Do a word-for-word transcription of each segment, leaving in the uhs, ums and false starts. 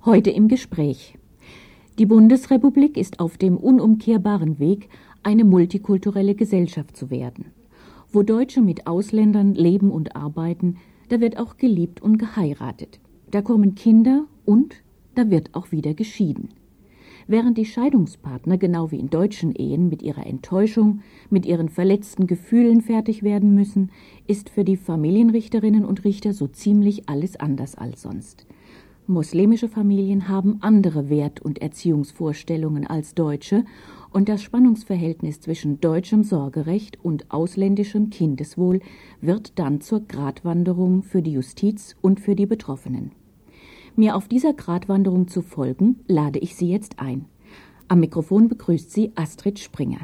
Heute im Gespräch. Die Bundesrepublik ist auf dem unumkehrbaren Weg, eine multikulturelle Gesellschaft zu werden. Wo Deutsche mit Ausländern leben und arbeiten, da wird auch geliebt und geheiratet. Da kommen Kinder und da wird auch wieder geschieden. Während die Scheidungspartner genau wie in deutschen Ehen mit ihrer Enttäuschung, mit ihren verletzten Gefühlen fertig werden müssen, ist für die Familienrichterinnen und Richter so ziemlich alles anders als sonst. Muslimische Familien haben andere Wert- und Erziehungsvorstellungen als deutsche und das Spannungsverhältnis zwischen deutschem Sorgerecht und ausländischem Kindeswohl wird dann zur Gratwanderung für die Justiz und für die Betroffenen. Mir auf dieser Gratwanderung zu folgen, lade ich Sie jetzt ein. Am Mikrofon begrüßt Sie Astrid Springer.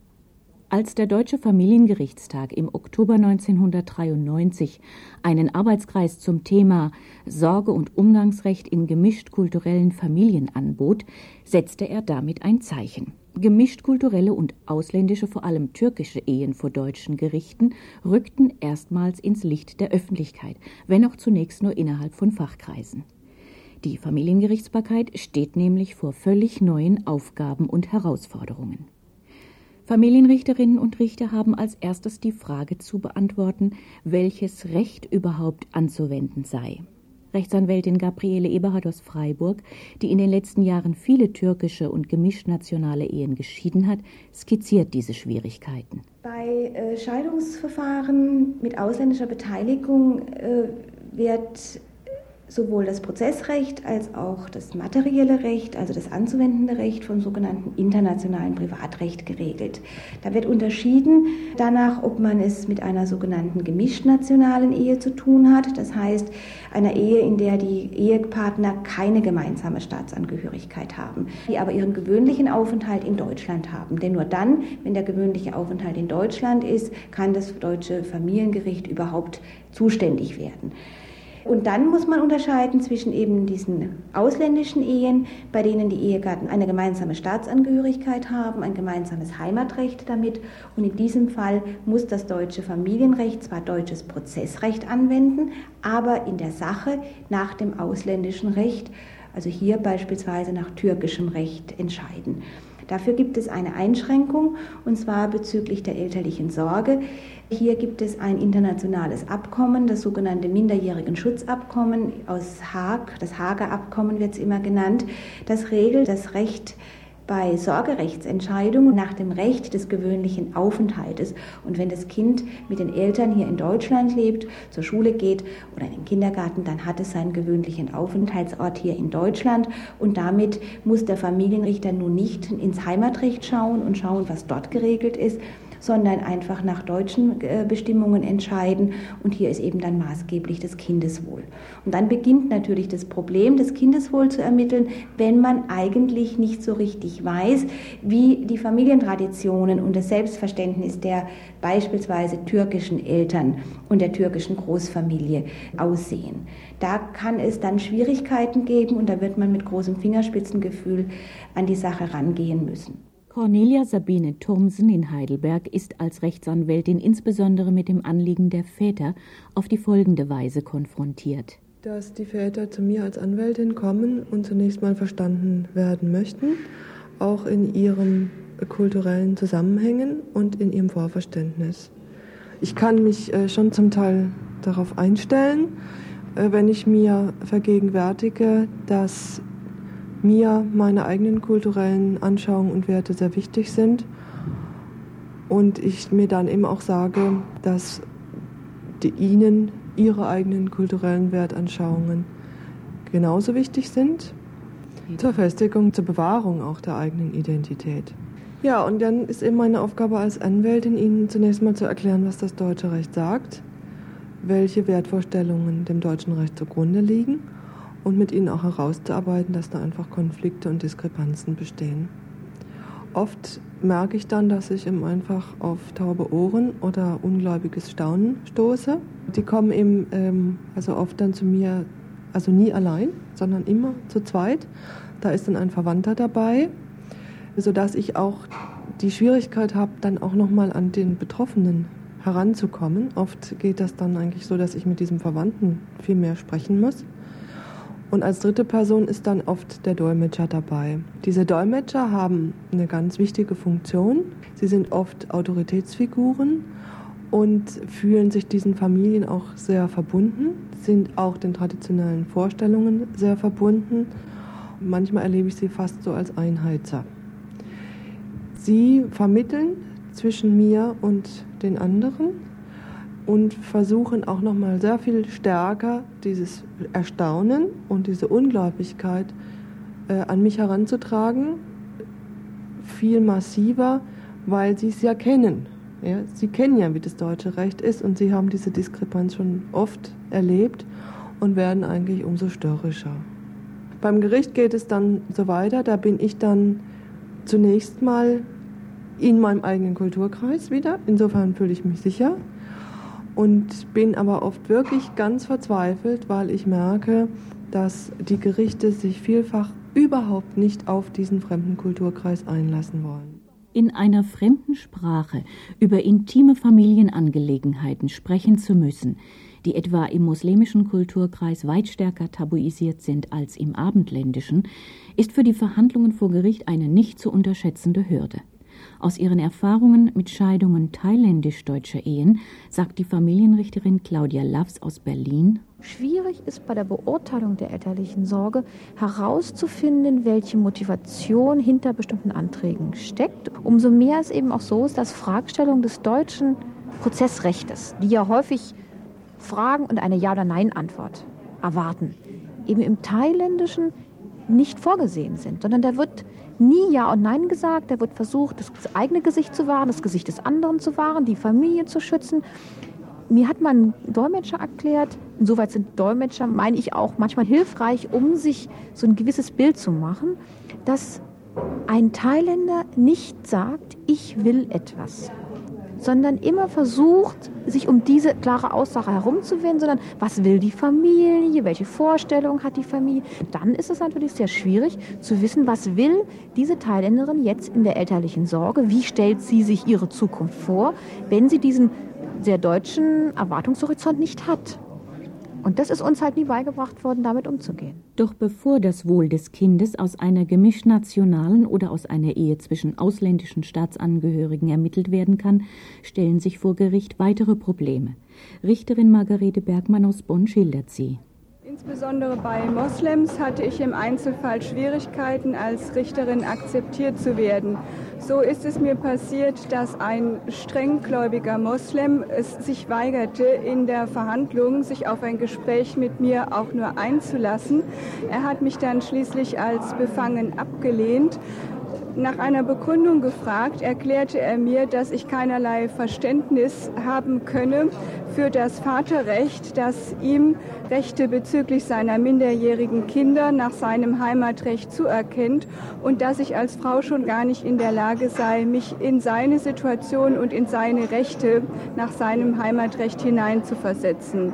Als der Deutsche Familiengerichtstag im Oktober neunzehnhundertdreiundneunzig einen Arbeitskreis zum Thema Sorge- und Umgangsrecht in gemischt-kulturellen Familien anbot, setzte er damit ein Zeichen. Gemischt-kulturelle und ausländische, vor allem türkische Ehen vor deutschen Gerichten rückten erstmals ins Licht der Öffentlichkeit, wenn auch zunächst nur innerhalb von Fachkreisen. Die Familiengerichtsbarkeit steht nämlich vor völlig neuen Aufgaben und Herausforderungen. Familienrichterinnen und Richter haben als erstes die Frage zu beantworten, welches Recht überhaupt anzuwenden sei. Rechtsanwältin Gabriele Eberhard aus Freiburg, die in den letzten Jahren viele türkische und gemischt-nationale Ehen geschieden hat, skizziert diese Schwierigkeiten. Bei äh, Scheidungsverfahren mit ausländischer Beteiligung äh, wird sowohl das Prozessrecht als auch das materielle Recht, also das anzuwendende Recht vom sogenannten internationalen Privatrecht geregelt. Da wird unterschieden danach, ob man es mit einer sogenannten gemischt-nationalen Ehe zu tun hat, das heißt einer Ehe, in der die Ehepartner keine gemeinsame Staatsangehörigkeit haben, die aber ihren gewöhnlichen Aufenthalt in Deutschland haben. Denn nur dann, wenn der gewöhnliche Aufenthalt in Deutschland ist, kann das deutsche Familiengericht überhaupt zuständig werden. Und dann muss man unterscheiden zwischen eben diesen ausländischen Ehen, bei denen die Ehegatten eine gemeinsame Staatsangehörigkeit haben, ein gemeinsames Heimatrecht damit. Und in diesem Fall muss das deutsche Familienrecht zwar deutsches Prozessrecht anwenden, aber in der Sache nach dem ausländischen Recht, also hier beispielsweise nach türkischem Recht, entscheiden. Dafür gibt es eine Einschränkung, und zwar bezüglich der elterlichen Sorge. Hier gibt es ein internationales Abkommen, das sogenannte Minderjährigenschutzabkommen aus Haag, das Haager Abkommen wird es immer genannt, das regelt das Recht bei Sorgerechtsentscheidungen nach dem Recht des gewöhnlichen Aufenthaltes. Und wenn das Kind mit den Eltern hier in Deutschland lebt, zur Schule geht oder in den Kindergarten, dann hat es seinen gewöhnlichen Aufenthaltsort hier in Deutschland. Und damit muss der Familienrichter nun nicht ins Heimatrecht schauen und schauen, was dort geregelt ist, sondern einfach nach deutschen Bestimmungen entscheiden. Und hier ist eben dann maßgeblich das Kindeswohl. Und dann beginnt natürlich das Problem, das Kindeswohl zu ermitteln, wenn man eigentlich nicht so richtig weiß, wie die Familientraditionen und das Selbstverständnis der beispielsweise türkischen Eltern und der türkischen Großfamilie aussehen. Da kann es dann Schwierigkeiten geben und da wird man mit großem Fingerspitzengefühl an die Sache rangehen müssen. Cornelia Sabine Thomsen in Heidelberg ist als Rechtsanwältin insbesondere mit dem Anliegen der Väter auf die folgende Weise konfrontiert. Dass die Väter zu mir als Anwältin kommen und zunächst mal verstanden werden möchten, auch in ihren kulturellen Zusammenhängen und in ihrem Vorverständnis. Ich kann mich schon zum Teil darauf einstellen, wenn ich mir vergegenwärtige, dass mir meine eigenen kulturellen Anschauungen und Werte sehr wichtig sind und ich mir dann eben auch sage, dass die ihnen ihre eigenen kulturellen Wertanschauungen genauso wichtig sind, zur Festigung, zur Bewahrung auch der eigenen Identität. Ja, und dann ist eben meine Aufgabe als Anwältin, Ihnen zunächst mal zu erklären, was das deutsche Recht sagt, welche Wertvorstellungen dem deutschen Recht zugrunde liegen und mit ihnen auch herauszuarbeiten, dass da einfach Konflikte und Diskrepanzen bestehen. Oft merke ich dann, dass ich eben einfach auf taube Ohren oder ungläubiges Staunen stoße. Die kommen eben ähm, also oft dann zu mir, also nie allein, sondern immer zu zweit. Da ist dann ein Verwandter dabei, sodass ich auch die Schwierigkeit habe, dann auch nochmal an den Betroffenen heranzukommen. Oft geht das dann eigentlich so, dass ich mit diesem Verwandten viel mehr sprechen muss. Und als dritte Person ist dann oft der Dolmetscher dabei. Diese Dolmetscher haben eine ganz wichtige Funktion. Sie sind oft Autoritätsfiguren und fühlen sich diesen Familien auch sehr verbunden, sind auch den traditionellen Vorstellungen sehr verbunden. Manchmal erlebe ich sie fast so als Einheizer. Sie vermitteln zwischen mir und den anderen und versuchen auch noch mal sehr viel stärker dieses Erstaunen und diese Unglaublichkeit äh, an mich heranzutragen, viel massiver, weil sie es ja kennen. Ja, sie kennen ja, wie das deutsche Recht ist, und sie haben diese Diskrepanz schon oft erlebt und werden eigentlich umso störrischer. Beim Gericht geht es dann so weiter, da bin ich dann zunächst mal in meinem eigenen Kulturkreis wieder, insofern fühle ich mich sicher. Und bin aber oft wirklich ganz verzweifelt, weil ich merke, dass die Gerichte sich vielfach überhaupt nicht auf diesen fremden Kulturkreis einlassen wollen. In einer fremden Sprache über intime Familienangelegenheiten sprechen zu müssen, die etwa im muslimischen Kulturkreis weit stärker tabuisiert sind als im abendländischen, ist für die Verhandlungen vor Gericht eine nicht zu unterschätzende Hürde. Aus ihren Erfahrungen mit Scheidungen thailändisch-deutscher Ehen sagt die Familienrichterin Claudia Loves aus Berlin: Schwierig ist bei der Beurteilung der elterlichen Sorge herauszufinden, welche Motivation hinter bestimmten Anträgen steckt. Umso mehr es eben auch so ist, dass Fragestellungen des deutschen Prozessrechtes, die ja häufig Fragen und eine Ja- oder Nein-Antwort erwarten, eben im Thailändischen nicht vorgesehen sind, sondern da wird nie Ja und Nein gesagt, da wird versucht, das eigene Gesicht zu wahren, das Gesicht des anderen zu wahren, die Familie zu schützen. Mir hat man Dolmetscher erklärt, insoweit sind Dolmetscher, meine ich, auch manchmal hilfreich, um sich so ein gewisses Bild zu machen, dass ein Thailänder nicht sagt, ich will etwas, sondern immer versucht, sich um diese klare Aussage herumzuwenden, sondern was will die Familie, welche Vorstellung hat die Familie. Dann ist es natürlich sehr schwierig zu wissen, was will diese Thailänderin jetzt in der elterlichen Sorge, wie stellt sie sich ihre Zukunft vor, wenn sie diesen sehr deutschen Erwartungshorizont nicht hat. Und das ist uns halt nie beigebracht worden, damit umzugehen. Doch bevor das Wohl des Kindes aus einer gemischtnationalen oder aus einer Ehe zwischen ausländischen Staatsangehörigen ermittelt werden kann, stellen sich vor Gericht weitere Probleme. Richterin Margarete Bergmann aus Bonn schildert sie. Insbesondere bei Moslems hatte ich im Einzelfall Schwierigkeiten, als Richterin akzeptiert zu werden. So ist es mir passiert, dass ein strenggläubiger Moslem es sich weigerte, in der Verhandlung sich auf ein Gespräch mit mir auch nur einzulassen. Er hat mich dann schließlich als befangen abgelehnt. Nach einer Begründung gefragt, erklärte er mir, dass ich keinerlei Verständnis haben könne für das Vaterrecht, das ihm Rechte bezüglich seiner minderjährigen Kinder nach seinem Heimatrecht zuerkennt und dass ich als Frau schon gar nicht in der Lage sei, mich in seine Situation und in seine Rechte nach seinem Heimatrecht hineinzuversetzen.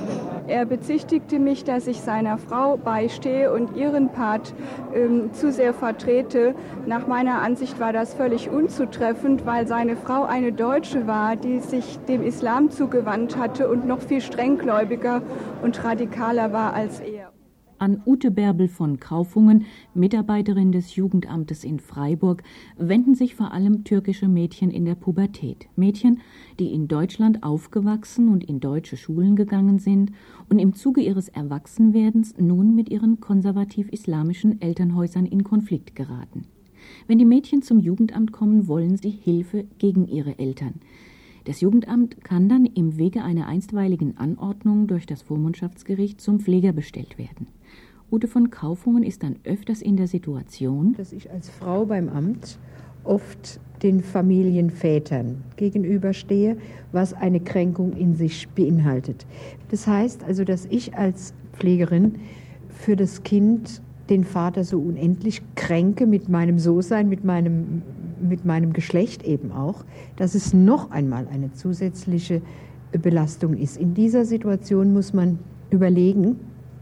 Er bezichtigte mich, dass ich seiner Frau beistehe und ihren Part ähm, zu sehr vertrete. Nach meiner Ansicht war das völlig unzutreffend, weil seine Frau eine Deutsche war, die sich dem Islam zugewandt hatte und noch viel strenggläubiger und radikaler war als er. An Ute Bärbel von Kaufungen, Mitarbeiterin des Jugendamtes in Freiburg, wenden sich vor allem türkische Mädchen in der Pubertät. Mädchen, die in Deutschland aufgewachsen und in deutsche Schulen gegangen sind und im Zuge ihres Erwachsenwerdens nun mit ihren konservativ-islamischen Elternhäusern in Konflikt geraten. Wenn die Mädchen zum Jugendamt kommen, wollen sie Hilfe gegen ihre Eltern. Das Jugendamt kann dann im Wege einer einstweiligen Anordnung durch das Vormundschaftsgericht zum Pfleger bestellt werden. Ute von Kaufungen ist dann öfters in der Situation, dass ich als Frau beim Amt oft den Familienvätern gegenüberstehe, was eine Kränkung in sich beinhaltet. Das heißt also, dass ich als Pflegerin für das Kind den Vater so unendlich kränke mit meinem So-Sein, mit meinem, mit meinem Geschlecht eben auch, dass es noch einmal eine zusätzliche Belastung ist. In dieser Situation muss man überlegen,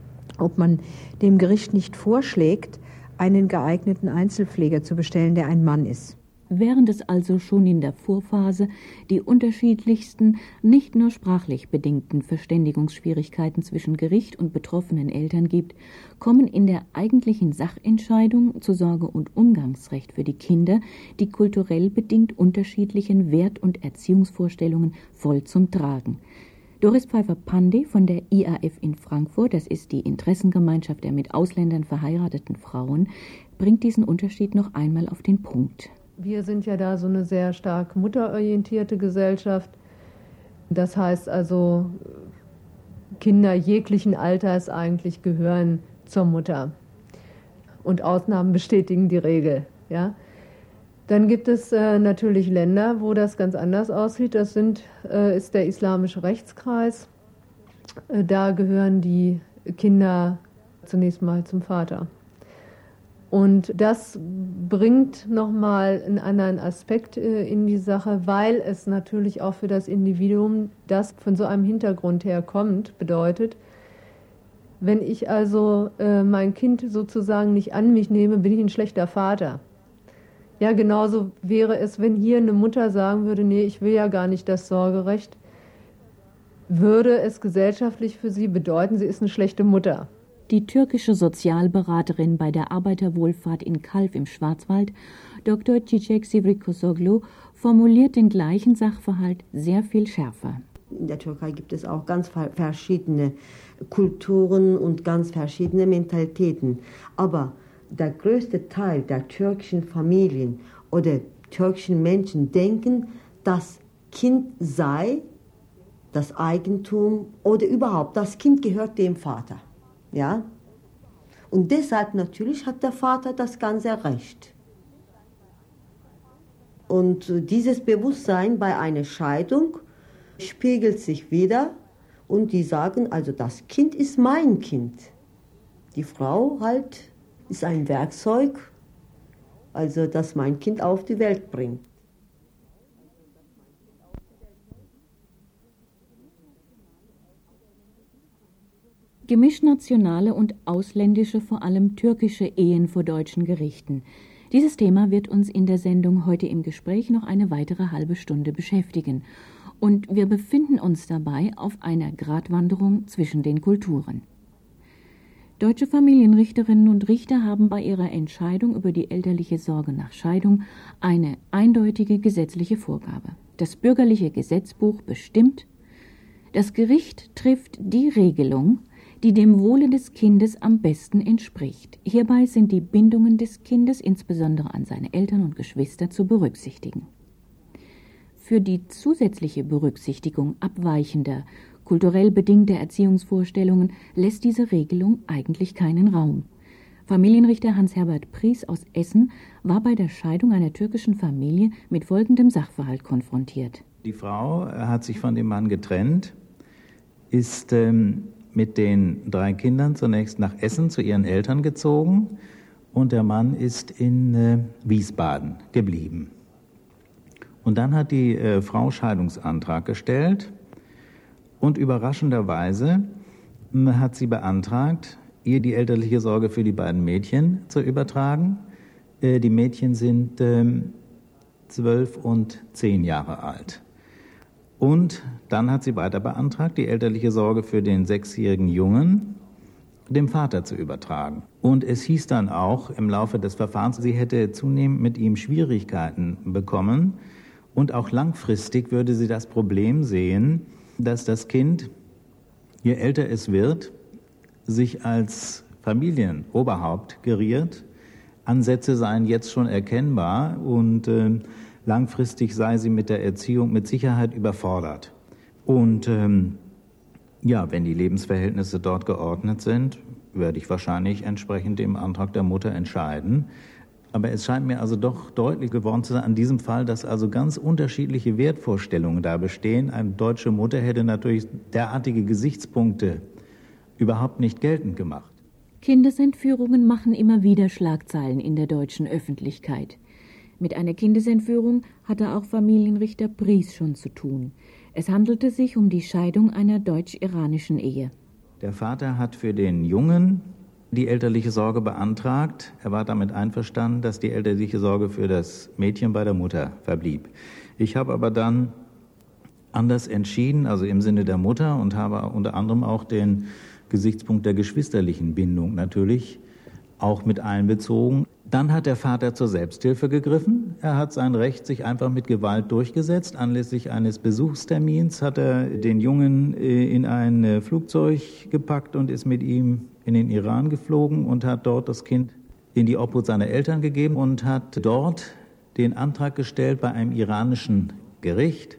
ob man dem Gericht nicht vorschlägt, einen geeigneten Einzelpfleger zu bestellen, der ein Mann ist. während es also schon in der Vorphase die unterschiedlichsten, nicht nur sprachlich bedingten Verständigungsschwierigkeiten zwischen Gericht und betroffenen Eltern gibt, kommen in der eigentlichen Sachentscheidung zu Sorge- und Umgangsrecht für die Kinder die kulturell bedingt unterschiedlichen Wert- und Erziehungsvorstellungen voll zum Tragen. Doris Pfeiffer-Pandey von der I A F in Frankfurt, das ist die Interessengemeinschaft der mit Ausländern verheirateten Frauen, bringt diesen Unterschied noch einmal auf den Punkt. Wir sind ja da so eine sehr stark mutterorientierte Gesellschaft. Das heißt also, Kinder jeglichen Alters eigentlich gehören zur Mutter. Und Ausnahmen bestätigen die Regel. Ja? Dann gibt es äh, natürlich Länder, wo das ganz anders aussieht. Das sind, äh, ist der islamische Rechtskreis. Äh, da gehören die Kinder zunächst mal zum Vater. Und das bringt nochmal einen anderen Aspekt äh, in die Sache, weil es natürlich auch für das Individuum, das von so einem Hintergrund her kommt, bedeutet, wenn ich also äh, mein Kind sozusagen nicht an mich nehme, bin ich ein schlechter Vater. Ja, genauso wäre es, wenn hier eine Mutter sagen würde, nee, ich will ja gar nicht das Sorgerecht, würde es gesellschaftlich für sie bedeuten, sie ist eine schlechte Mutter. Die türkische Sozialberaterin bei der Arbeiterwohlfahrt in Kalf im Schwarzwald, Doktor Çiçek Sivrikosoglu, formuliert den gleichen Sachverhalt sehr viel schärfer. In der Türkei gibt es auch ganz verschiedene Kulturen und ganz verschiedene Mentalitäten. Aber der größte Teil der türkischen Familien oder türkischen Menschen denken, das Kind sei das Eigentum oder überhaupt, das Kind gehört dem Vater. Ja? Und deshalb natürlich hat der Vater das ganze Recht. Und dieses Bewusstsein bei einer Scheidung spiegelt sich wieder und die sagen, also das Kind ist mein Kind. Die Frau halt ist ein Werkzeug, also das mein Kind auf die Welt bringt. Gemischnationale und ausländische, vor allem türkische Ehen vor deutschen Gerichten. Dieses Thema wird uns in der Sendung heute im Gespräch noch eine weitere halbe Stunde beschäftigen. Und wir befinden uns dabei auf einer Gratwanderung zwischen den Kulturen. Deutsche Familienrichterinnen und Richter haben bei ihrer Entscheidung über die elterliche Sorge nach Scheidung eine eindeutige gesetzliche Vorgabe. Das bürgerliche Gesetzbuch bestimmt, das Gericht trifft die Regelung, die dem Wohle des Kindes am besten entspricht. Hierbei sind die Bindungen des Kindes, insbesondere an seine Eltern und Geschwister, zu berücksichtigen. Für die zusätzliche Berücksichtigung abweichender, kulturell bedingter Erziehungsvorstellungen lässt diese Regelung eigentlich keinen Raum. Familienrichter Hans-Herbert Pries aus Essen war bei der Scheidung einer türkischen Familie mit folgendem Sachverhalt konfrontiert. Die Frau hat sich von dem Mann getrennt, ist ähm, mit den drei Kindern zunächst nach Essen zu ihren Eltern gezogen und der Mann ist in äh, Wiesbaden geblieben. Und dann hat die äh, Frau Scheidungsantrag gestellt und überraschenderweise äh, hat sie beantragt, ihr die elterliche Sorge für die beiden Mädchen zu übertragen. Äh, die Mädchen sind äh, zwölf und zehn Jahre alt. Und dann hat sie weiter beantragt, die elterliche Sorge für den sechsjährigen Jungen dem Vater zu übertragen. Und es hieß dann auch im Laufe des Verfahrens, sie hätte zunehmend mit ihm Schwierigkeiten bekommen und auch langfristig würde sie das Problem sehen, dass das Kind, je älter es wird, sich als Familienoberhaupt geriert. Ansätze seien jetzt schon erkennbar und äh, langfristig sei sie mit der Erziehung mit Sicherheit überfordert. Und ähm, ja, wenn die Lebensverhältnisse dort geordnet sind, werde ich wahrscheinlich entsprechend dem Antrag der Mutter entscheiden. Aber es scheint mir also doch deutlich geworden zu sein an diesem Fall, dass also ganz unterschiedliche Wertvorstellungen da bestehen. Eine deutsche Mutter hätte natürlich derartige Gesichtspunkte überhaupt nicht geltend gemacht. Kindesentführungen machen immer wieder Schlagzeilen in der deutschen Öffentlichkeit. Mit einer Kindesentführung hatte auch Familienrichter Pries schon zu tun. Es handelte sich um die Scheidung einer deutsch-iranischen Ehe. Der Vater hat für den Jungen die elterliche Sorge beantragt. Er war damit einverstanden, dass die elterliche Sorge für das Mädchen bei der Mutter verblieb. Ich habe aber dann anders entschieden, also im Sinne der Mutter, und habe unter anderem auch den Gesichtspunkt der geschwisterlichen Bindung natürlich auch mit einbezogen. Dann hat der Vater zur Selbsthilfe gegriffen. Er hat sein Recht sich einfach mit Gewalt durchgesetzt. Anlässlich eines Besuchstermins hat er den Jungen in ein Flugzeug gepackt und ist mit ihm in den Iran geflogen und hat dort das Kind in die Obhut seiner Eltern gegeben und hat dort den Antrag gestellt, bei einem iranischen Gericht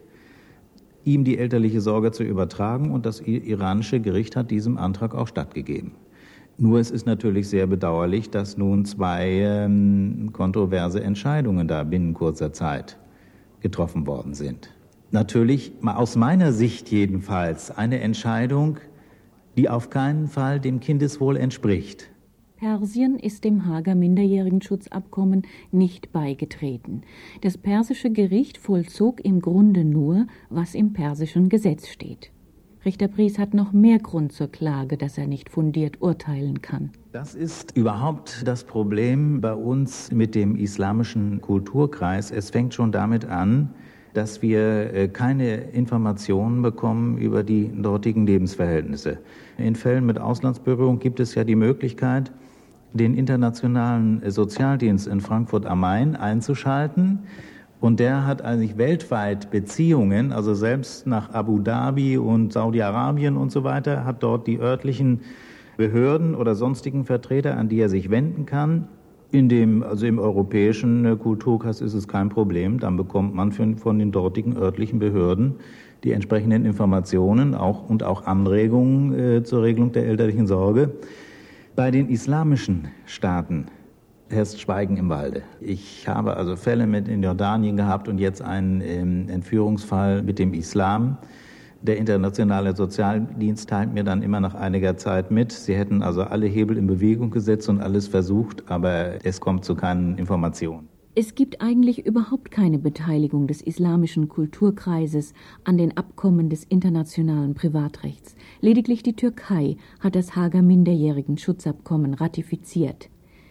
ihm die elterliche Sorge zu übertragen, und das iranische Gericht hat diesem Antrag auch stattgegeben. Nur es ist natürlich sehr bedauerlich, dass nun zwei ähm, kontroverse Entscheidungen da binnen kurzer Zeit getroffen worden sind. Natürlich, aus meiner Sicht jedenfalls, eine Entscheidung, die auf keinen Fall dem Kindeswohl entspricht. Persien ist dem Haager Minderjährigenschutzabkommen nicht beigetreten. Das persische Gericht vollzog im Grunde nur, was im persischen Gesetz steht. Richter Pries hat noch mehr Grund zur Klage, dass er nicht fundiert urteilen kann. Das ist überhaupt das Problem bei uns mit dem islamischen Kulturkreis. Es fängt schon damit an, dass wir keine Informationen bekommen über die dortigen Lebensverhältnisse. In Fällen mit Auslandsberührung gibt es ja die Möglichkeit, den internationalen Sozialdienst in Frankfurt am Main einzuschalten. Und der hat eigentlich weltweit Beziehungen, also selbst nach Abu Dhabi und Saudi-Arabien und so weiter, hat dort die örtlichen Behörden oder sonstigen Vertreter, an die er sich wenden kann. In dem, also im europäischen Kulturkreis ist es kein Problem. Dann bekommt man von den dortigen örtlichen Behörden die entsprechenden Informationen auch, und auch Anregungen äh, zur Regelung der elterlichen Sorge. Bei den islamischen Staaten herrscht Schweigen im Walde. Ich habe also Fälle mit in Jordanien gehabt und jetzt einen ähm, Entführungsfall mit dem Islam. Der internationale Sozialdienst teilt mir dann immer nach einiger Zeit mit. Sie hätten also alle Hebel in Bewegung gesetzt und alles versucht, aber es kommt zu keinen Informationen. Es gibt eigentlich überhaupt keine Beteiligung des islamischen Kulturkreises an den Abkommen des internationalen Privatrechts. Lediglich die Türkei hat das Haager Minderjährigenschutzabkommen ratifiziert.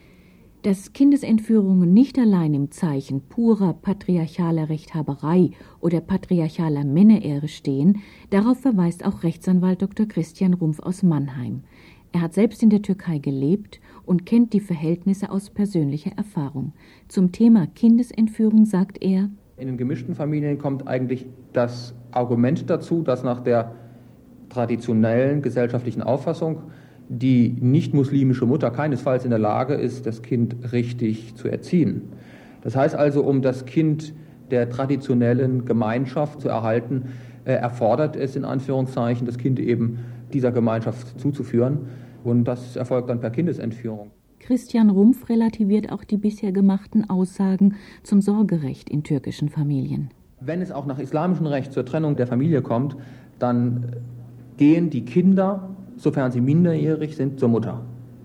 Dass Kindesentführungen nicht allein im Zeichen purer patriarchaler Rechthaberei oder patriarchaler Männerehre stehen, darauf verweist auch Rechtsanwalt Doktor Christian Rumpf aus Mannheim. Er hat selbst in der Türkei gelebt und kennt die Verhältnisse aus persönlicher Erfahrung. Zum Thema Kindesentführung sagt er: In den gemischten Familien kommt eigentlich das Argument dazu, dass nach der traditionellen gesellschaftlichen Auffassung die nicht-muslimische Mutter keinesfalls in der Lage ist, das Kind richtig zu erziehen. Das heißt also, um das Kind der traditionellen Gemeinschaft zu erhalten, äh, erfordert es in Anführungszeichen, das Kind eben dieser Gemeinschaft zuzuführen. Und das erfolgt dann per Kindesentführung. Christian Rumpf relativiert auch die bisher gemachten Aussagen zum Sorgerecht in türkischen Familien. Wenn es auch nach islamischem Recht zur Trennung der Familie kommt, dann gehen die Kinder, sofern sie minderjährig sind, zur Mutter.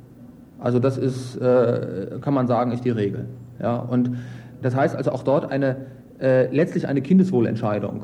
Also das ist, äh, kann man sagen, ist die Regel. Ja, und das heißt also auch dort eine, äh, letztlich eine Kindeswohlentscheidung.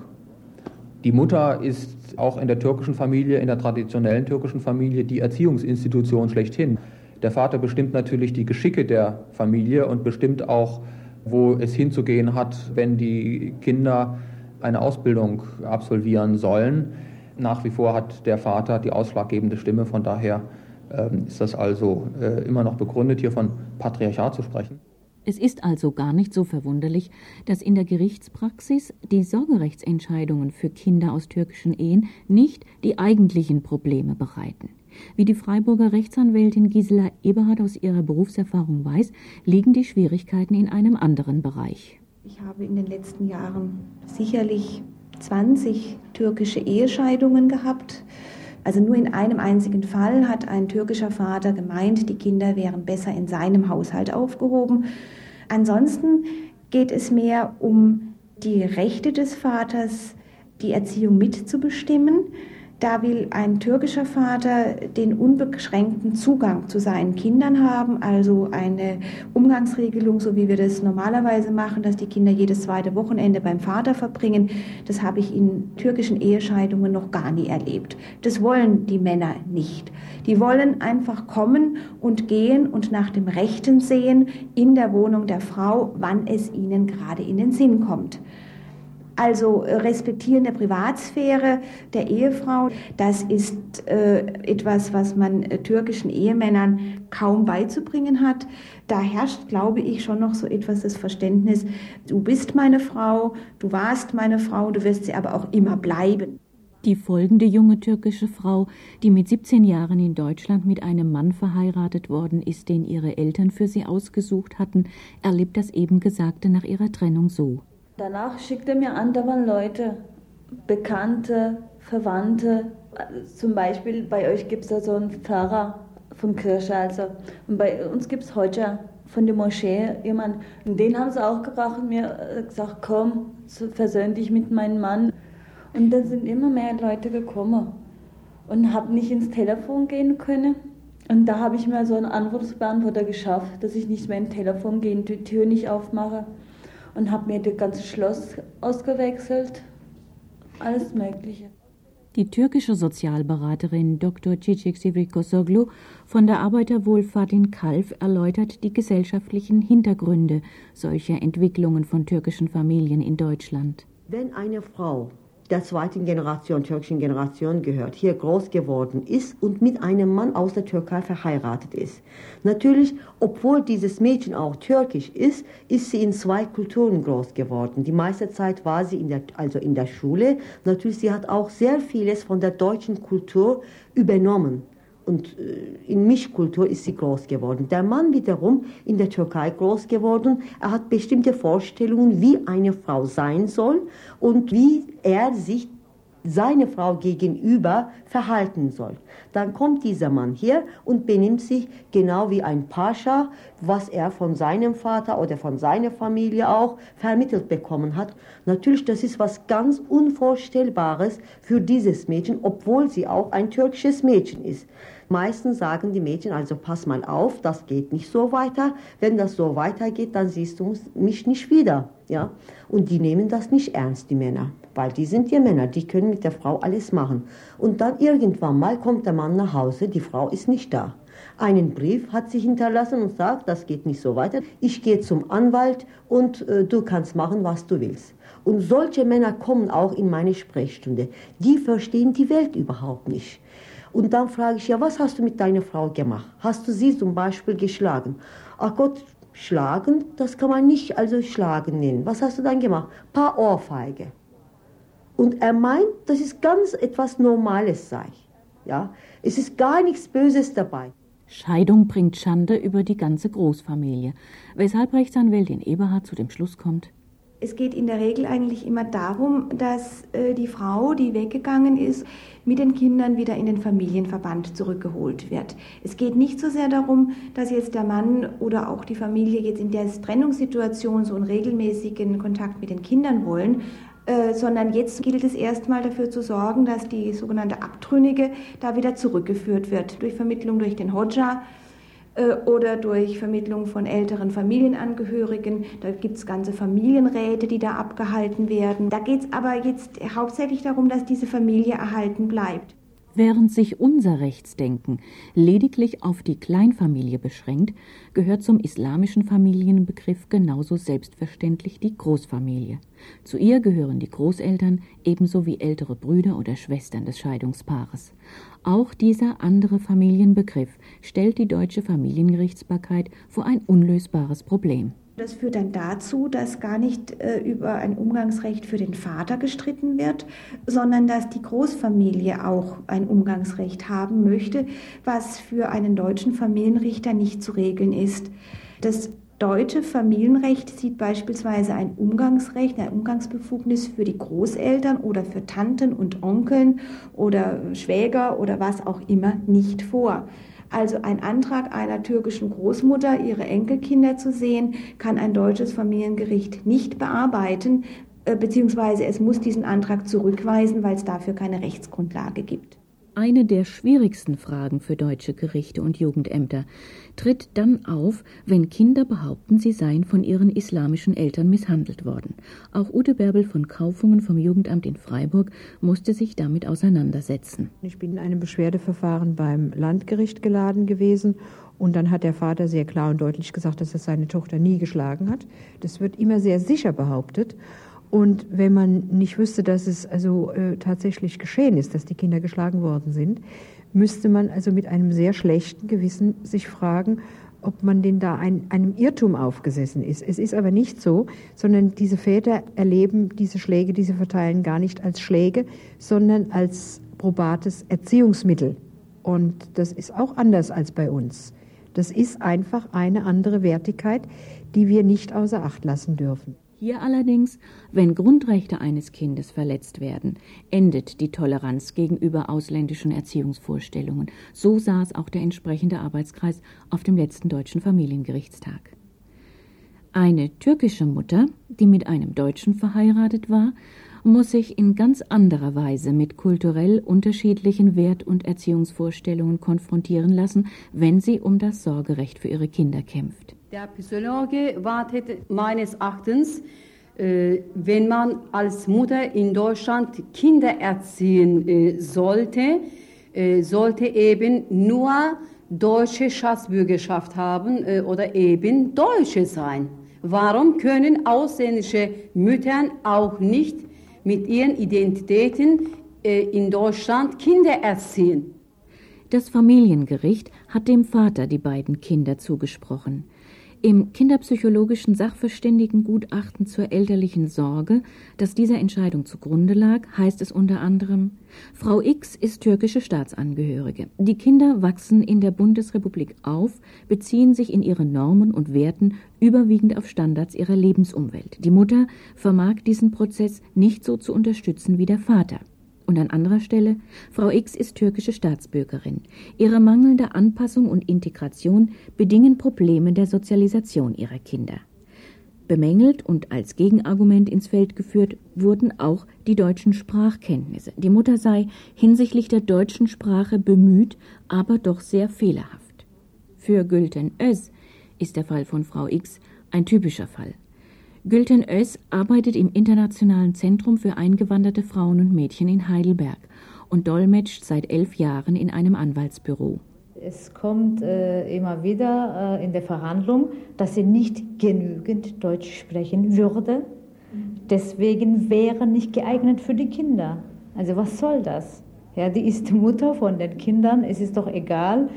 Die Mutter ist auch in der türkischen Familie, in der traditionellen türkischen Familie, die Erziehungsinstitution schlechthin. Der Vater bestimmt natürlich die Geschicke der Familie und bestimmt auch, wo es hinzugehen hat, wenn die Kinder eine Ausbildung absolvieren sollen. Nach wie vor hat der Vater die ausschlaggebende Stimme, von daher ähm, ist das also äh, immer noch begründet, hier von Patriarchat zu sprechen. Es ist also gar nicht so verwunderlich, dass in der Gerichtspraxis die Sorgerechtsentscheidungen für Kinder aus türkischen Ehen nicht die eigentlichen Probleme bereiten. Wie die Freiburger Rechtsanwältin Gisela Eberhardt aus ihrer Berufserfahrung weiß, liegen die Schwierigkeiten in einem anderen Bereich. Ich habe in den letzten Jahren sicherlich zwanzig türkische Ehescheidungen gehabt. Also nur in einem einzigen Fall hat ein türkischer Vater gemeint, die Kinder wären besser in seinem Haushalt aufgehoben. Ansonsten geht es mehr um die Rechte des Vaters, die Erziehung mitzubestimmen. Da will ein türkischer Vater den unbeschränkten Zugang zu seinen Kindern haben, also eine Umgangsregelung, so wie wir das normalerweise machen, dass die Kinder jedes zweite Wochenende beim Vater verbringen. Das habe ich in türkischen Ehescheidungen noch gar nie erlebt. Das wollen die Männer nicht. Die wollen einfach kommen und gehen und nach dem Rechten sehen in der Wohnung der Frau, wann es ihnen gerade in den Sinn kommt. Also Respektieren der Privatsphäre der Ehefrau, das ist äh, etwas, was man äh, türkischen Ehemännern kaum beizubringen hat. Da herrscht, glaube ich, schon noch so etwas das Verständnis, du bist meine Frau, du warst meine Frau, du wirst sie aber auch immer bleiben. Die folgende junge türkische Frau, die mit siebzehn Jahren in Deutschland mit einem Mann verheiratet worden ist, den ihre Eltern für sie ausgesucht hatten, erlebt das eben Gesagte nach ihrer Trennung so. Danach schickte mir andauernd Leute, Bekannte, Verwandte. Zum Beispiel bei euch gibt es da so einen Pfarrer von Kirche, also. Und bei uns gibt es Hodja von der Moschee, jemand. Und den haben sie auch gebracht und mir gesagt, komm, versöhn dich mit meinem Mann. Und dann sind immer mehr Leute gekommen und habe nicht ins Telefon gehen können. Und da habe ich mir so einen Anrufbeantworter geschafft, dass ich nicht mehr ins Telefon gehe und die Tür nicht aufmache. Und habe mir das ganze Schloss ausgewechselt, alles Mögliche. Die türkische Sozialberaterin Doktor Çiçek Sivrikosoglu von der Arbeiterwohlfahrt in Calw erläutert die gesellschaftlichen Hintergründe solcher Entwicklungen von türkischen Familien in Deutschland. Wenn eine Frau der zweiten Generation, türkischen Generation gehört, hier groß geworden ist und mit einem Mann aus der Türkei verheiratet ist. Natürlich, obwohl dieses Mädchen auch türkisch ist, ist sie in zwei Kulturen groß geworden. Die meiste Zeit war sie in der, also in der Schule. Natürlich, sie hat auch sehr vieles von der deutschen Kultur übernommen. Und in Mischkultur ist sie groß geworden. Der Mann wiederum in der Türkei groß geworden. Er hat bestimmte Vorstellungen, wie eine Frau sein soll und wie er sich seine Frau gegenüber verhalten soll. Dann kommt dieser Mann hier und benimmt sich genau wie ein Pascha, was er von seinem Vater oder von seiner Familie auch vermittelt bekommen hat. Natürlich, das ist was ganz Unvorstellbares für dieses Mädchen, obwohl sie auch ein türkisches Mädchen ist. Meistens sagen die Mädchen, also pass mal auf, das geht nicht so weiter. Wenn das so weitergeht, dann siehst du mich nicht wieder. Ja? Und die nehmen das nicht ernst, die Männer. Weil die sind ja Männer, die können mit der Frau alles machen. Und dann irgendwann mal kommt der Mann nach Hause, die Frau ist nicht da. Einen Brief hat sie hinterlassen und sagt, das geht nicht so weiter. Ich gehe zum Anwalt und äh, du kannst machen, was du willst. Und solche Männer kommen auch in meine Sprechstunde. Die verstehen die Welt überhaupt nicht. Und dann frage ich, ja, was hast du mit deiner Frau gemacht? Hast du sie zum Beispiel geschlagen? Ach Gott, schlagen, das kann man nicht also schlagen nennen. Was hast du dann gemacht? Ein paar Ohrfeige. Und er meint, das ist ganz etwas Normales sei. Ja? Es ist gar nichts Böses dabei. Scheidung bringt Schande über die ganze Großfamilie, weshalb Rechtsanwältin Eberhardt zu dem Schluss kommt: Es geht in der Regel eigentlich immer darum, dass äh, die Frau, die weggegangen ist, mit den Kindern wieder in den Familienverband zurückgeholt wird. Es geht nicht so sehr darum, dass jetzt der Mann oder auch die Familie jetzt in der Trennungssituation so einen regelmäßigen Kontakt mit den Kindern wollen, äh, sondern jetzt gilt es erstmal dafür zu sorgen, dass die sogenannte Abtrünnige da wieder zurückgeführt wird, durch Vermittlung durch den Hodja oder durch Vermittlung von älteren Familienangehörigen. Da gibt es ganze Familienräte, die da abgehalten werden. Da geht es aber jetzt hauptsächlich darum, dass diese Familie erhalten bleibt. Während sich unser Rechtsdenken lediglich auf die Kleinfamilie beschränkt, gehört zum islamischen Familienbegriff genauso selbstverständlich die Großfamilie. Zu ihr gehören die Großeltern ebenso wie ältere Brüder oder Schwestern des Scheidungspaares. Auch dieser andere Familienbegriff stellt die deutsche Familiengerichtsbarkeit vor ein unlösbares Problem. Das führt dann dazu, dass gar nicht äh, über ein Umgangsrecht für den Vater gestritten wird, sondern dass die Großfamilie auch ein Umgangsrecht haben möchte, was für einen deutschen Familienrichter nicht zu regeln ist. Das deutsche Familienrecht sieht beispielsweise ein Umgangsrecht, eine Umgangsbefugnis für die Großeltern oder für Tanten und Onkeln oder Schwäger oder was auch immer nicht vor. Also ein Antrag einer türkischen Großmutter, ihre Enkelkinder zu sehen, kann ein deutsches Familiengericht nicht bearbeiten, beziehungsweise es muss diesen Antrag zurückweisen, weil es dafür keine Rechtsgrundlage gibt. Eine der schwierigsten Fragen für deutsche Gerichte und Jugendämter tritt dann auf, wenn Kinder behaupten, sie seien von ihren islamischen Eltern misshandelt worden. Auch Ute Bärbel von Kaufungen vom Jugendamt in Freiburg musste sich damit auseinandersetzen. Ich bin in einem Beschwerdeverfahren beim Landgericht geladen gewesen und dann hat der Vater sehr klar und deutlich gesagt, dass er seine Tochter nie geschlagen hat. Das wird immer sehr sicher behauptet. Und wenn man nicht wüsste, dass es also äh, tatsächlich geschehen ist, dass die Kinder geschlagen worden sind, müsste man also mit einem sehr schlechten Gewissen sich fragen, ob man denn da ein, einem Irrtum aufgesessen ist. Es ist aber nicht so, sondern diese Väter erleben diese Schläge, die sie verteilen, gar nicht als Schläge, sondern als probates Erziehungsmittel. Und das ist auch anders als bei uns. Das ist einfach eine andere Wertigkeit, die wir nicht außer Acht lassen dürfen. Hier allerdings, wenn Grundrechte eines Kindes verletzt werden, endet die Toleranz gegenüber ausländischen Erziehungsvorstellungen. So saß auch der entsprechende Arbeitskreis auf dem letzten deutschen Familiengerichtstag. Eine türkische Mutter, die mit einem Deutschen verheiratet war, muss sich in ganz anderer Weise mit kulturell unterschiedlichen Wert- und Erziehungsvorstellungen konfrontieren lassen, wenn sie um das Sorgerecht für ihre Kinder kämpft. Der Psychologe wartet meines Erachtens, äh, wenn man als Mutter in Deutschland Kinder erziehen äh, sollte, äh, sollte eben nur deutsche Staatsbürgerschaft haben äh, oder eben Deutsche sein. Warum können ausländische Mütter auch nicht mit ihren Identitäten äh, in Deutschland Kinder erziehen? Das Familiengericht hat dem Vater die beiden Kinder zugesprochen. Im kinderpsychologischen Sachverständigengutachten zur elterlichen Sorge, das dieser Entscheidung zugrunde lag, heißt es unter anderem: Frau X ist türkische Staatsangehörige. Die Kinder wachsen in der Bundesrepublik auf, beziehen sich in ihren Normen und Werten überwiegend auf Standards ihrer Lebensumwelt. Die Mutter vermag diesen Prozess nicht so zu unterstützen wie der Vater. Und an anderer Stelle, Frau X ist türkische Staatsbürgerin. Ihre mangelnde Anpassung und Integration bedingen Probleme der Sozialisation ihrer Kinder. Bemängelt und als Gegenargument ins Feld geführt wurden auch die deutschen Sprachkenntnisse. Die Mutter sei hinsichtlich der deutschen Sprache bemüht, aber doch sehr fehlerhaft. Für Gülten Öz ist der Fall von Frau X ein typischer Fall. Gülten Öz arbeitet im Internationalen Zentrum für eingewanderte Frauen und Mädchen in Heidelberg und dolmetscht seit elf Jahren in einem Anwaltsbüro. Es kommt äh, immer wieder äh, in der Verhandlung, dass sie nicht genügend Deutsch sprechen würde. Deswegen wäre nicht geeignet für die Kinder. Also was soll das? Ja, die ist die Mutter von den Kindern. Es ist doch egal,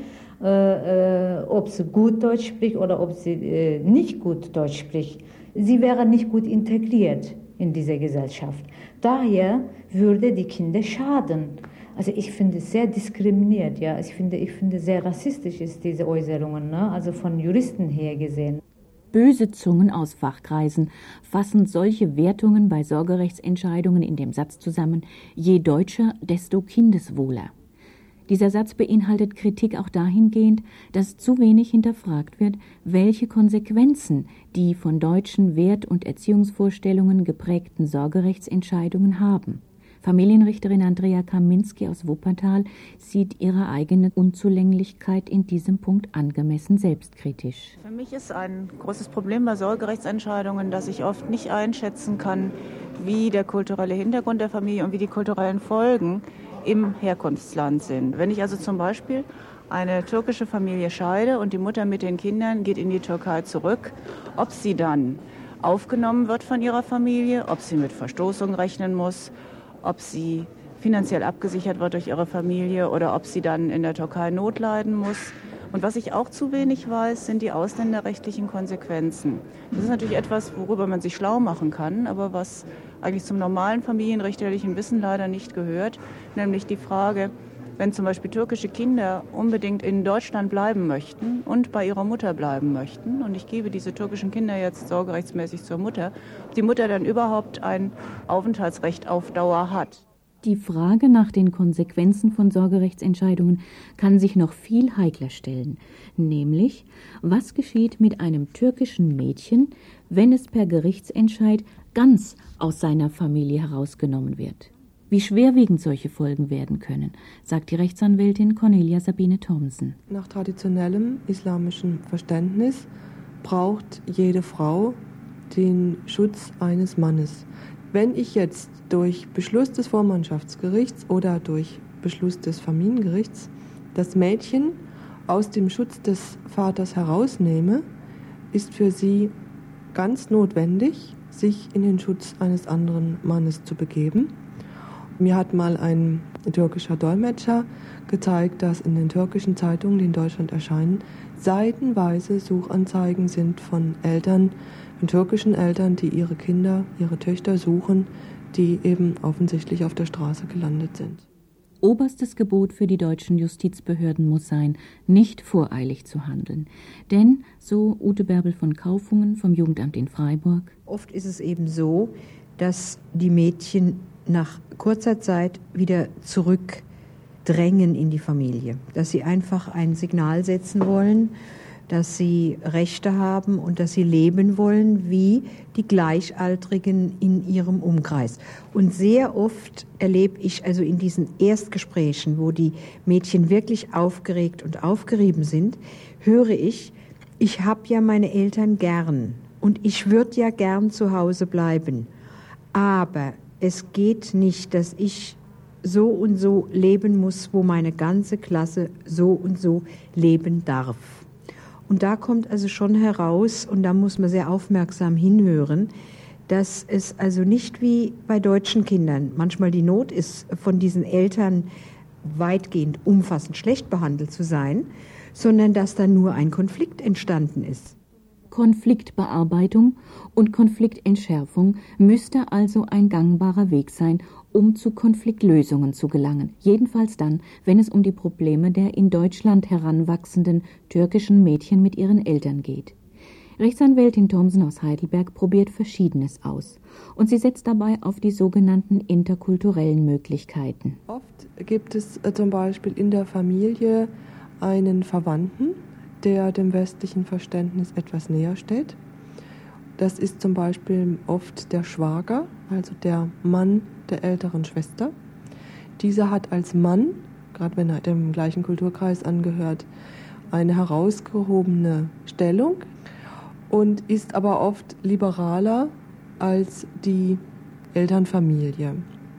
äh, äh, ob sie gut Deutsch spricht oder ob sie äh, nicht gut Deutsch spricht. Sie wäre nicht gut integriert in diese Gesellschaft. Daher würde die Kinder schaden. Also ich finde es sehr diskriminiert, ja. Ich finde, ich finde sehr rassistisch ist diese Äußerungen, ne? Also von Juristen her gesehen. Böse Zungen aus Fachkreisen fassen solche Wertungen bei Sorgerechtsentscheidungen in dem Satz zusammen: Je deutscher, desto kindeswohler. Dieser Satz beinhaltet Kritik auch dahingehend, dass zu wenig hinterfragt wird, welche Konsequenzen die von deutschen Wert- und Erziehungsvorstellungen geprägten Sorgerechtsentscheidungen haben. Familienrichterin Andrea Kaminski aus Wuppertal sieht ihre eigene Unzulänglichkeit in diesem Punkt angemessen selbstkritisch. Für mich ist ein großes Problem bei Sorgerechtsentscheidungen, dass ich oft nicht einschätzen kann, wie der kulturelle Hintergrund der Familie und wie die kulturellen Folgen im Herkunftsland sind. Wenn ich also zum Beispiel eine türkische Familie scheide und die Mutter mit den Kindern geht in die Türkei zurück, ob sie dann aufgenommen wird von ihrer Familie, ob sie mit Verstoßung rechnen muss, ob sie finanziell abgesichert wird durch ihre Familie oder ob sie dann in der Türkei Not leiden muss. Und was ich auch zu wenig weiß, sind die ausländerrechtlichen Konsequenzen. Das ist natürlich etwas, worüber man sich schlau machen kann, aber was eigentlich zum normalen familienrichterlichen Wissen leider nicht gehört, nämlich die Frage, wenn zum Beispiel türkische Kinder unbedingt in Deutschland bleiben möchten und bei ihrer Mutter bleiben möchten, und ich gebe diese türkischen Kinder jetzt sorgerechtsmäßig zur Mutter, ob die Mutter dann überhaupt ein Aufenthaltsrecht auf Dauer hat. Die Frage nach den Konsequenzen von Sorgerechtsentscheidungen kann sich noch viel heikler stellen, nämlich, was geschieht mit einem türkischen Mädchen, wenn es per Gerichtsentscheid ganz aus seiner Familie herausgenommen wird. Wie schwerwiegend solche Folgen werden können, sagt die Rechtsanwältin Cornelia Sabine Thomsen. Nach traditionellem islamischen Verständnis braucht jede Frau den Schutz eines Mannes. Wenn ich jetzt durch Beschluss des Vormundschaftsgerichts oder durch Beschluss des Familiengerichts das Mädchen aus dem Schutz des Vaters herausnehme, ist für sie ganz notwendig, sich in den Schutz eines anderen Mannes zu begeben. Mir hat mal ein türkischer Dolmetscher gezeigt, dass in den türkischen Zeitungen, die in Deutschland erscheinen, seitenweise Suchanzeigen sind von Eltern, von türkischen Eltern, die ihre Kinder, ihre Töchter suchen, die eben offensichtlich auf der Straße gelandet sind. Oberstes Gebot für die deutschen Justizbehörden muss sein, nicht voreilig zu handeln. Denn, so Ute Bärbel von Kaufungen vom Jugendamt in Freiburg, oft ist es eben so, dass die Mädchen nach kurzer Zeit wieder zurückdrängen in die Familie, dass sie einfach ein Signal setzen wollen, dass sie Rechte haben und dass sie leben wollen wie die Gleichaltrigen in ihrem Umkreis. Und sehr oft erlebe ich also in diesen Erstgesprächen, wo die Mädchen wirklich aufgeregt und aufgerieben sind, höre ich, ich habe ja meine Eltern gern und ich würde ja gern zu Hause bleiben, aber es geht nicht, dass ich so und so leben muss, wo meine ganze Klasse so und so leben darf. Und da kommt also schon heraus, und da muss man sehr aufmerksam hinhören, dass es also nicht wie bei deutschen Kindern manchmal die Not ist, von diesen Eltern weitgehend umfassend schlecht behandelt zu sein, sondern dass da nur ein Konflikt entstanden ist. Konfliktbearbeitung und Konfliktentschärfung müsste also ein gangbarer Weg sein, um zu Konfliktlösungen zu gelangen. Jedenfalls dann, wenn es um die Probleme der in Deutschland heranwachsenden türkischen Mädchen mit ihren Eltern geht. Rechtsanwältin Thomsen aus Heidelberg probiert Verschiedenes aus. Und sie setzt dabei auf die sogenannten interkulturellen Möglichkeiten. Oft gibt es äh, zum Beispiel in der Familie einen Verwandten, der dem westlichen Verständnis etwas näher steht. Das ist zum Beispiel oft der Schwager, also der Mann der älteren Schwester. Dieser hat als Mann, gerade wenn er dem gleichen Kulturkreis angehört, eine herausgehobene Stellung und ist aber oft liberaler als die Elternfamilie.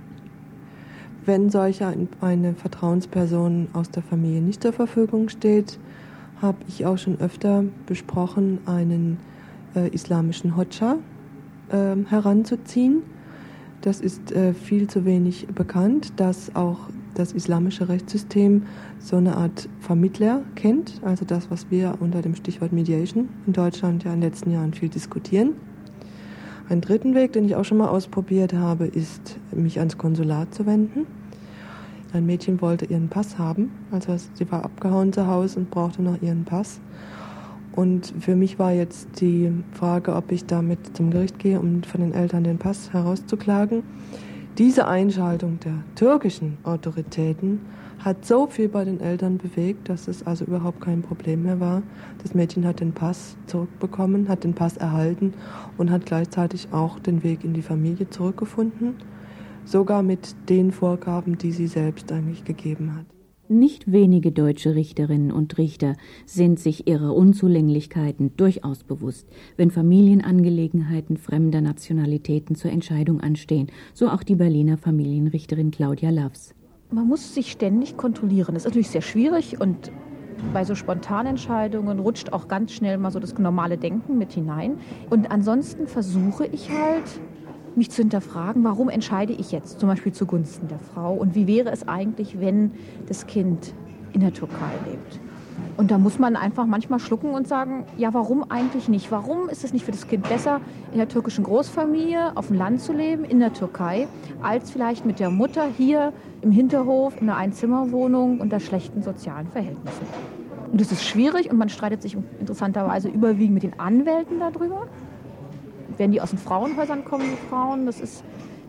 Wenn solche eine Vertrauensperson aus der Familie nicht zur Verfügung steht, habe ich auch schon öfter besprochen, einen äh, islamischen Hodscha äh, heranzuziehen. Das ist äh, viel zu wenig bekannt, dass auch das islamische Rechtssystem so eine Art Vermittler kennt, also das, was wir unter dem Stichwort Mediation in Deutschland ja in den letzten Jahren viel diskutieren. Ein dritten Weg, den ich auch schon mal ausprobiert habe, ist, mich ans Konsulat zu wenden. Ein Mädchen wollte ihren Pass haben, also sie war abgehauen zu Hause und brauchte noch ihren Pass. Und für mich war jetzt die Frage, ob ich damit zum Gericht gehe, um von den Eltern den Pass herauszuklagen. Diese Einschaltung der türkischen Autoritäten hat so viel bei den Eltern bewegt, dass es also überhaupt kein Problem mehr war. Das Mädchen hat den Pass zurückbekommen, hat den Pass erhalten und hat gleichzeitig auch den Weg in die Familie zurückgefunden. Sogar mit den Vorgaben, die sie selbst eigentlich gegeben hat. Nicht wenige deutsche Richterinnen und Richter sind sich ihrer Unzulänglichkeiten durchaus bewusst, wenn Familienangelegenheiten fremder Nationalitäten zur Entscheidung anstehen, so auch die Berliner Familienrichterin Claudia Loves. Man muss sich ständig kontrollieren. Das ist natürlich sehr schwierig und bei so spontanen Entscheidungen rutscht auch ganz schnell mal so das normale Denken mit hinein. Und ansonsten versuche ich halt, mich zu hinterfragen, warum entscheide ich jetzt zum Beispiel zugunsten der Frau und wie wäre es eigentlich, wenn das Kind in der Türkei lebt. Und da muss man einfach manchmal schlucken und sagen, ja, warum eigentlich nicht? Warum ist es nicht für das Kind besser, in der türkischen Großfamilie auf dem Land zu leben, in der Türkei, als vielleicht mit der Mutter hier im Hinterhof in einer Einzimmerwohnung unter schlechten sozialen Verhältnissen? Und das ist schwierig und man streitet sich interessanterweise überwiegend mit den Anwälten darüber. Wenn die aus den Frauenhäusern kommen, die Frauen, das ist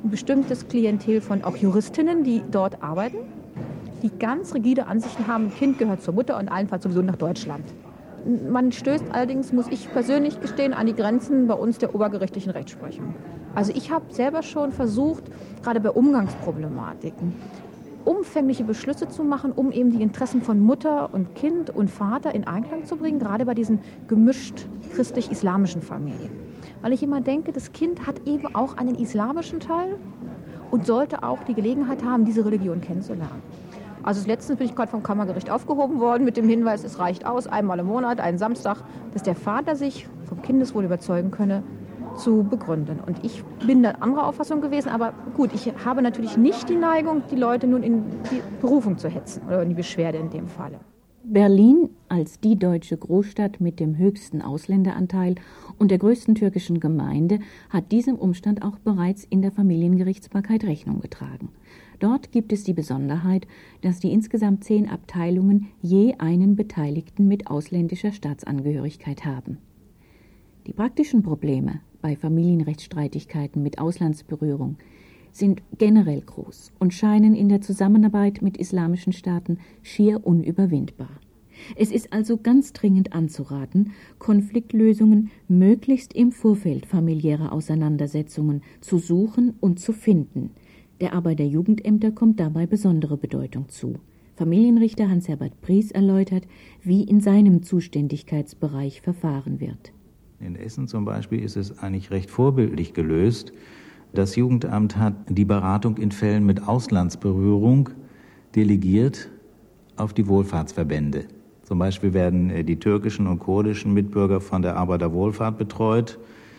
ein bestimmtes Klientel von auch Juristinnen, die dort arbeiten, die ganz rigide Ansichten haben, ein Kind gehört zur Mutter und allenfalls sowieso nach Deutschland. Man stößt allerdings, muss ich persönlich gestehen, an die Grenzen bei uns der obergerichtlichen Rechtsprechung. Also ich habe selber schon versucht, gerade bei Umgangsproblematiken, umfängliche Beschlüsse zu machen, um eben die Interessen von Mutter und Kind und Vater in Einklang zu bringen, gerade bei diesen gemischt christlich-islamischen Familien. Weil ich immer denke, das Kind hat eben auch einen islamischen Teil und sollte auch die Gelegenheit haben, diese Religion kennenzulernen. Also letztens bin ich gerade vom Kammergericht aufgehoben worden mit dem Hinweis, es reicht aus, einmal im Monat, einen Samstag, dass der Vater sich vom Kindeswohl überzeugen könne, zu begründen. Und ich bin da anderer Auffassung gewesen, aber gut, ich habe natürlich nicht die Neigung, die Leute nun in die Berufung zu hetzen oder in die Beschwerde in dem Falle. Berlin als die deutsche Großstadt mit dem höchsten Ausländeranteil und der größten türkischen Gemeinde hat diesem Umstand auch bereits in der Familiengerichtsbarkeit Rechnung getragen. Dort gibt es die Besonderheit, dass die insgesamt zehn Abteilungen je einen Beteiligten mit ausländischer Staatsangehörigkeit haben. Die praktischen Probleme bei Familienrechtsstreitigkeiten mit Auslandsberührung sind generell groß und scheinen in der Zusammenarbeit mit islamischen Staaten schier unüberwindbar. Es ist also ganz dringend anzuraten, Konfliktlösungen möglichst im Vorfeld familiärer Auseinandersetzungen zu suchen und zu finden. Der Arbeit der Jugendämter kommt dabei besondere Bedeutung zu. Familienrichter Hans-Herbert Pries erläutert, wie in seinem Zuständigkeitsbereich verfahren wird. In Essen zum Beispiel ist es eigentlich recht vorbildlich gelöst. Das Jugendamt hat die Beratung in Fällen mit Auslandsberührung delegiert auf die Wohlfahrtsverbände. Zum Beispiel werden die türkischen und kurdischen Mitbürger von der Arbeiterwohlfahrt betreut,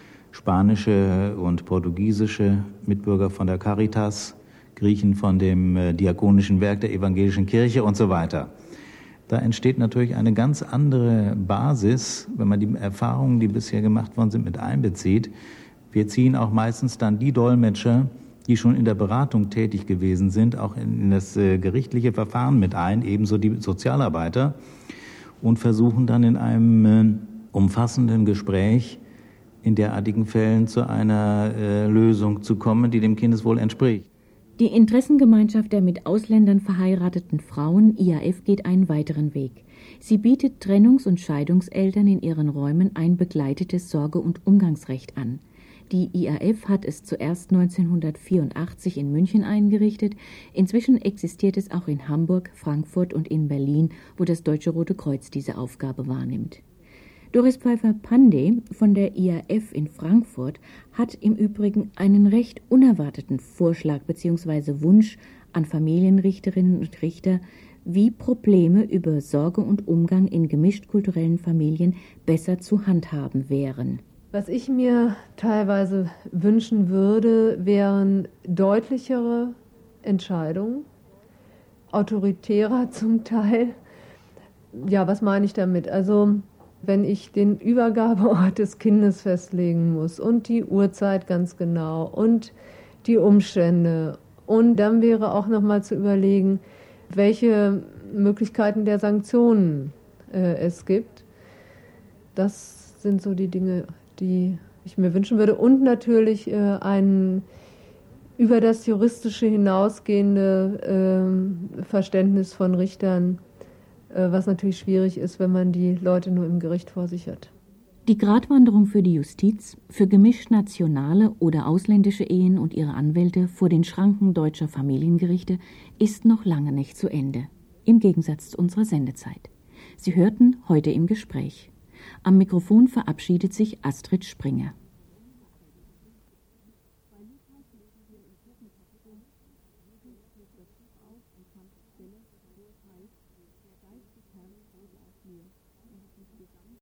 spanische und portugiesische Mitbürger von der Caritas, Griechen von dem Diakonischen Werk der Evangelischen Kirche und so weiter. Da entsteht natürlich eine ganz andere Basis, wenn man die Erfahrungen, die bisher gemacht worden sind, mit einbezieht. Wir ziehen auch meistens dann die Dolmetscher, die schon in der Beratung tätig gewesen sind, auch in das gerichtliche Verfahren mit ein, ebenso die Sozialarbeiter, und versuchen dann in einem umfassenden Gespräch in derartigen Fällen zu einer äh, Lösung zu kommen, die dem Kindeswohl entspricht. Die Interessengemeinschaft der mit Ausländern verheirateten Frauen, I A F, geht einen weiteren Weg. Sie bietet Trennungs- und Scheidungseltern in ihren Räumen ein begleitetes Sorge- und Umgangsrecht an. Die I A F hat es zuerst neunzehnhundertvierundachtzig in München eingerichtet. Inzwischen existiert es auch in Hamburg, Frankfurt und in Berlin, wo das Deutsche Rote Kreuz diese Aufgabe wahrnimmt. Doris Pfeiffer-Pandey von der I A F in Frankfurt hat im Übrigen einen recht unerwarteten Vorschlag bzw. Wunsch an Familienrichterinnen und Richter, wie Probleme über Sorge und Umgang in gemischt-kulturellen Familien besser zu handhaben wären. Was ich mir teilweise wünschen würde, wären deutlichere Entscheidungen, autoritärer zum Teil. Ja, was meine ich damit? Also wenn ich den Übergabeort des Kindes festlegen muss und die Uhrzeit ganz genau und die Umstände, und dann wäre auch noch mal zu überlegen, welche Möglichkeiten der Sanktionen äh, es gibt. Das sind so die Dinge, die ich mir wünschen würde. Und natürlich äh, ein über das Juristische hinausgehende äh, Verständnis von Richtern, was natürlich schwierig ist, wenn man die Leute nur im Gericht vor sich hat. Die Gratwanderung für die Justiz, für gemischt nationale oder ausländische Ehen und ihre Anwälte vor den Schranken deutscher Familiengerichte ist noch lange nicht zu Ende, im Gegensatz zu unserer Sendezeit. Sie hörten heute im Gespräch. Am Mikrofon verabschiedet sich Astrid Springer.